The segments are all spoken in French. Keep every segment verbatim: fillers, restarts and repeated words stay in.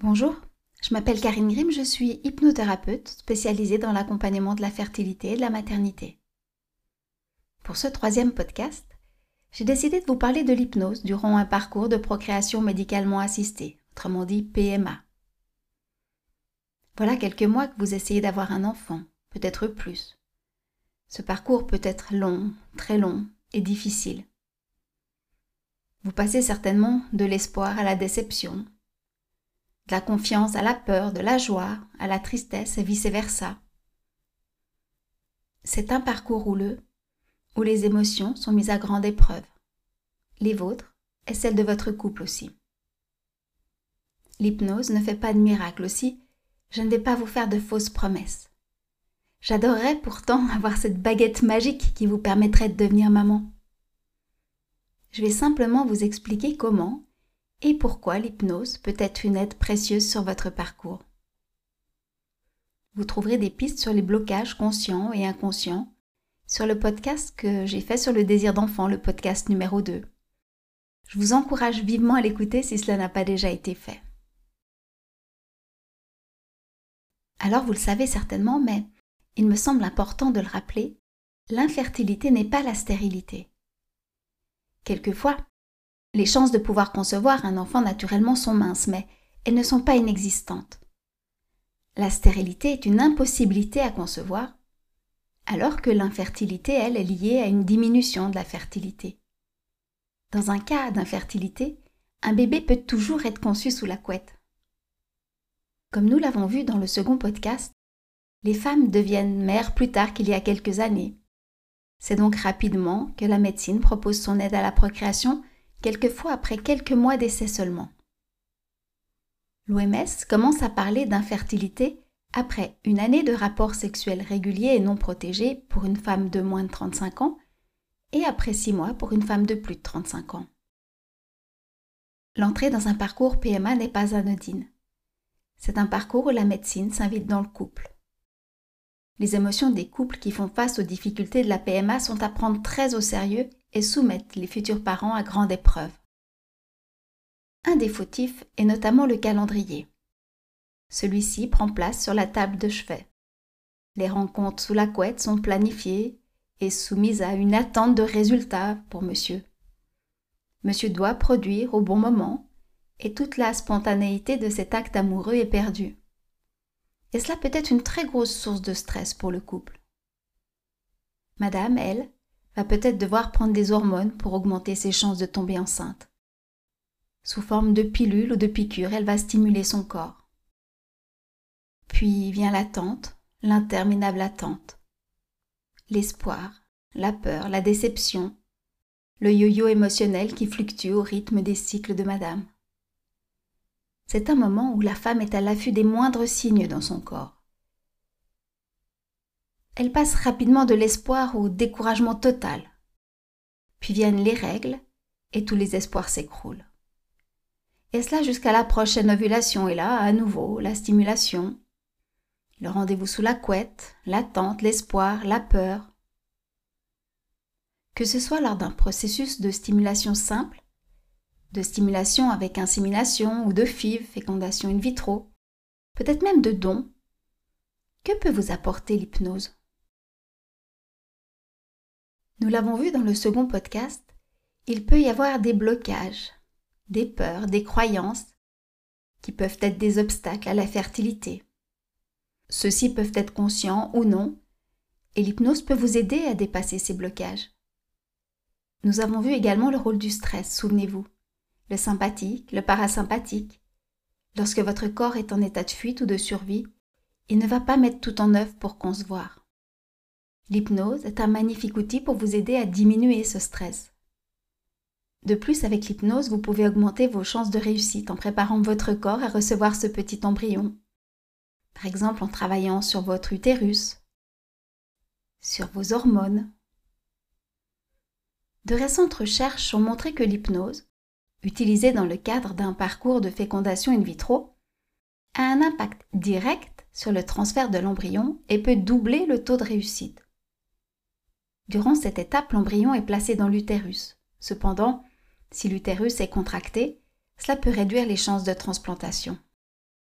Bonjour, je m'appelle Karine Grimm, je suis hypnothérapeute spécialisée dans l'accompagnement de la fertilité et de la maternité. Pour ce troisième podcast, j'ai décidé de vous parler de l'hypnose durant un parcours de procréation médicalement assistée, autrement dit P M A. Voilà quelques mois que vous essayez d'avoir un enfant, peut-être plus. Ce parcours peut être long, très long et difficile. Vous passez certainement de l'espoir à la déception, de la confiance à la peur, de la joie à la tristesse et vice-versa. C'est un parcours houleux où les émotions sont mises à grande épreuve, les vôtres et celles de votre couple aussi. L'hypnose ne fait pas de miracle aussi, je ne vais pas vous faire de fausses promesses. J'adorerais pourtant avoir cette baguette magique qui vous permettrait de devenir maman. Je vais simplement vous expliquer comment et pourquoi l'hypnose peut être une aide précieuse sur votre parcours. Vous trouverez des pistes sur les blocages conscients et inconscients sur le podcast que j'ai fait sur le désir d'enfant, le podcast numéro deux. Je vous encourage vivement à l'écouter si cela n'a pas déjà été fait. Alors vous le savez certainement, mais il me semble important de le rappeler, l'infertilité n'est pas la stérilité. Quelquefois, les chances de pouvoir concevoir un enfant naturellement sont minces, mais elles ne sont pas inexistantes. La stérilité est une impossibilité à concevoir, alors que l'infertilité, elle, est liée à une diminution de la fertilité. Dans un cas d'infertilité, un bébé peut toujours être conçu sous la couette. Comme nous l'avons vu dans le second podcast, les femmes deviennent mères plus tard qu'il y a quelques années. C'est donc rapidement que la médecine propose son aide à la procréation, quelquefois après quelques mois d'essai seulement. L'O M S commence à parler d'infertilité après une année de rapports sexuels réguliers et non protégés pour une femme de moins de trente-cinq ans et après six mois pour une femme de plus de trente-cinq ans. L'entrée dans un parcours P M A n'est pas anodine. C'est un parcours où la médecine s'invite dans le couple. Les émotions des couples qui font face aux difficultés de la P M A sont à prendre très au sérieux et soumettent les futurs parents à grande épreuve. Un des fautifs est notamment le calendrier. Celui-ci prend place sur la table de chevet. Les rencontres sous la couette sont planifiées et soumises à une attente de résultats pour monsieur. Monsieur doit produire au bon moment et toute la spontanéité de cet acte amoureux est perdue. Et cela peut être une très grosse source de stress pour le couple. Madame, elle, va peut-être devoir prendre des hormones pour augmenter ses chances de tomber enceinte. Sous forme de pilules ou de piqûres, elle va stimuler son corps. Puis vient l'attente, l'interminable attente. L'espoir, la peur, la déception, le yo-yo émotionnel qui fluctue au rythme des cycles de madame. C'est un moment où la femme est à l'affût des moindres signes dans son corps. Elle passe rapidement de l'espoir au découragement total. Puis viennent les règles et tous les espoirs s'écroulent. Et cela jusqu'à la prochaine ovulation et là, à nouveau, la stimulation, le rendez-vous sous la couette, l'attente, l'espoir, la peur. Que ce soit lors d'un processus de stimulation simple, de stimulation avec insémination ou de F I V, fécondation in vitro, peut-être même de don, que peut vous apporter l'hypnose ? Nous l'avons vu dans le second podcast, il peut y avoir des blocages, des peurs, des croyances qui peuvent être des obstacles à la fertilité. Ceux-ci peuvent être conscients ou non, et l'hypnose peut vous aider à dépasser ces blocages. Nous avons vu également le rôle du stress, souvenez-vous, le sympathique, le parasympathique. Lorsque votre corps est en état de fuite ou de survie, il ne va pas mettre tout en œuvre pour concevoir. L'hypnose est un magnifique outil pour vous aider à diminuer ce stress. De plus, avec l'hypnose, vous pouvez augmenter vos chances de réussite en préparant votre corps à recevoir ce petit embryon. Par exemple, en travaillant sur votre utérus, sur vos hormones. De récentes recherches ont montré que l'hypnose, utilisée dans le cadre d'un parcours de fécondation in vitro, a un impact direct sur le transfert de l'embryon et peut doubler le taux de réussite. Durant cette étape, l'embryon est placé dans l'utérus. Cependant, si l'utérus est contracté, cela peut réduire les chances de transplantation.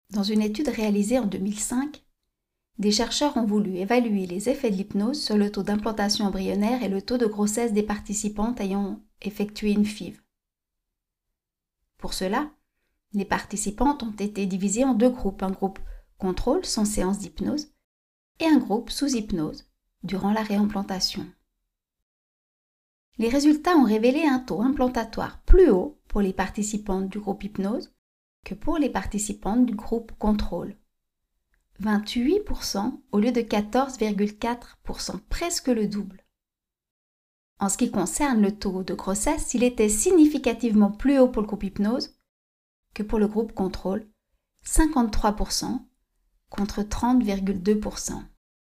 Dans une étude réalisée en deux mille cinq, des chercheurs ont voulu évaluer les effets de l'hypnose sur le taux d'implantation embryonnaire et le taux de grossesse des participantes ayant effectué une F I V. Pour cela, les participantes ont été divisées en deux groupes, un groupe contrôle sans séance d'hypnose et un groupe sous hypnose durant la réimplantation. Les résultats ont révélé un taux implantatoire plus haut pour les participantes du groupe hypnose que pour les participantes du groupe contrôle. vingt-huit pour cent au lieu de quatorze virgule quatre pour cent, presque le double. En ce qui concerne le taux de grossesse, il était significativement plus haut pour le groupe hypnose que pour le groupe contrôle, cinquante-trois pour cent contre trente virgule deux pour cent.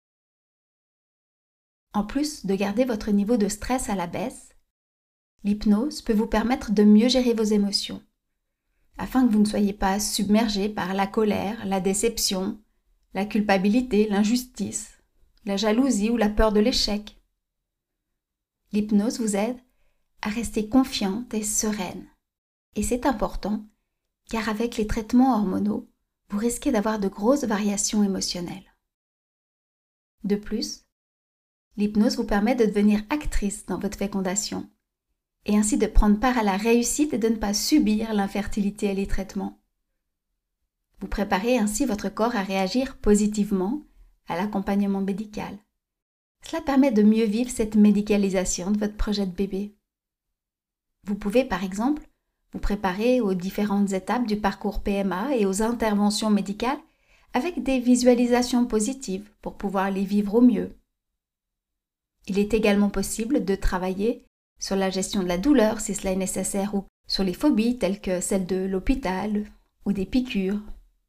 En plus de garder votre niveau de stress à la baisse, l'hypnose peut vous permettre de mieux gérer vos émotions, afin que vous ne soyez pas submergé par la colère, la déception, la culpabilité, l'injustice, la jalousie ou la peur de l'échec. L'hypnose vous aide à rester confiante et sereine. Et c'est important, car avec les traitements hormonaux, vous risquez d'avoir de grosses variations émotionnelles. De plus, l'hypnose vous permet de devenir actrice dans votre fécondation, et ainsi de prendre part à la réussite et de ne pas subir l'infertilité et les traitements. Vous préparez ainsi votre corps à réagir positivement à l'accompagnement médical. Cela permet de mieux vivre cette médicalisation de votre projet de bébé. Vous pouvez par exemple vous préparer aux différentes étapes du parcours P M A et aux interventions médicales avec des visualisations positives pour pouvoir les vivre au mieux. Il est également possible de travailler sur la gestion de la douleur si cela est nécessaire ou sur les phobies telles que celle de l'hôpital ou des piqûres.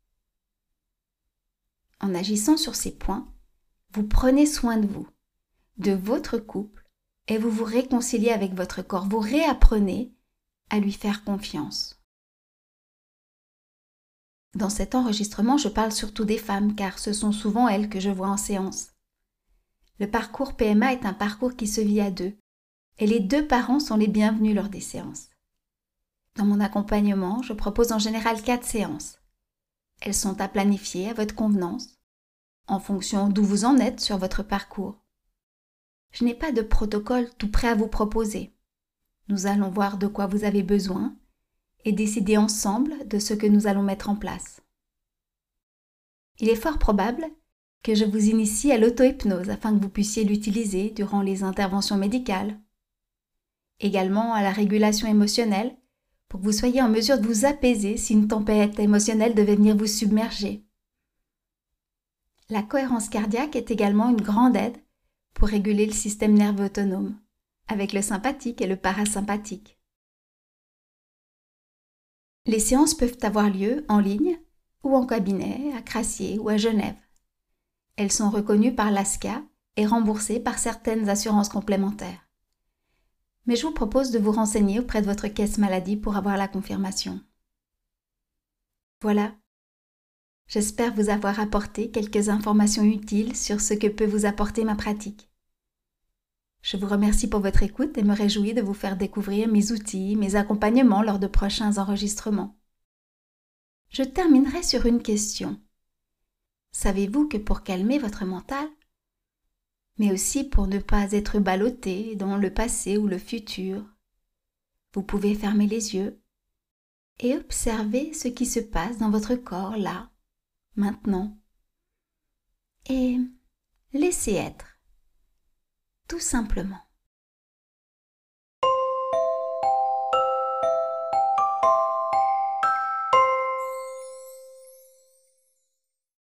En agissant sur ces points, vous prenez soin de vous, de votre couple et vous vous réconciliez avec votre corps. Vous réapprenez à lui faire confiance. Dans cet enregistrement, je parle surtout des femmes car ce sont souvent elles que je vois en séance. Le parcours P M A est un parcours qui se vit à deux et les deux parents sont les bienvenus lors des séances. Dans mon accompagnement, je propose en général quatre séances. Elles sont à planifier à votre convenance, en fonction d'où vous en êtes sur votre parcours. Je n'ai pas de protocole tout prêt à vous proposer. Nous allons voir de quoi vous avez besoin et décider ensemble de ce que nous allons mettre en place. Il est fort probable que je vous initie à l'auto-hypnose afin que vous puissiez l'utiliser durant les interventions médicales. Également à la régulation émotionnelle, pour que vous soyez en mesure de vous apaiser si une tempête émotionnelle devait venir vous submerger. La cohérence cardiaque est également une grande aide pour réguler le système nerveux autonome, avec le sympathique et le parasympathique. Les séances peuvent avoir lieu en ligne ou en cabinet, à Crassier ou à Genève. Elles sont reconnues par l'A S C A et remboursées par certaines assurances complémentaires. Mais je vous propose de vous renseigner auprès de votre caisse maladie pour avoir la confirmation. Voilà. J'espère vous avoir apporté quelques informations utiles sur ce que peut vous apporter ma pratique. Je vous remercie pour votre écoute et me réjouis de vous faire découvrir mes outils, mes accompagnements lors de prochains enregistrements. Je terminerai sur une question. Savez-vous que pour calmer votre mental, mais aussi pour ne pas être ballotté dans le passé ou le futur, vous pouvez fermer les yeux et observer ce qui se passe dans votre corps là, maintenant, et laisser être, tout simplement.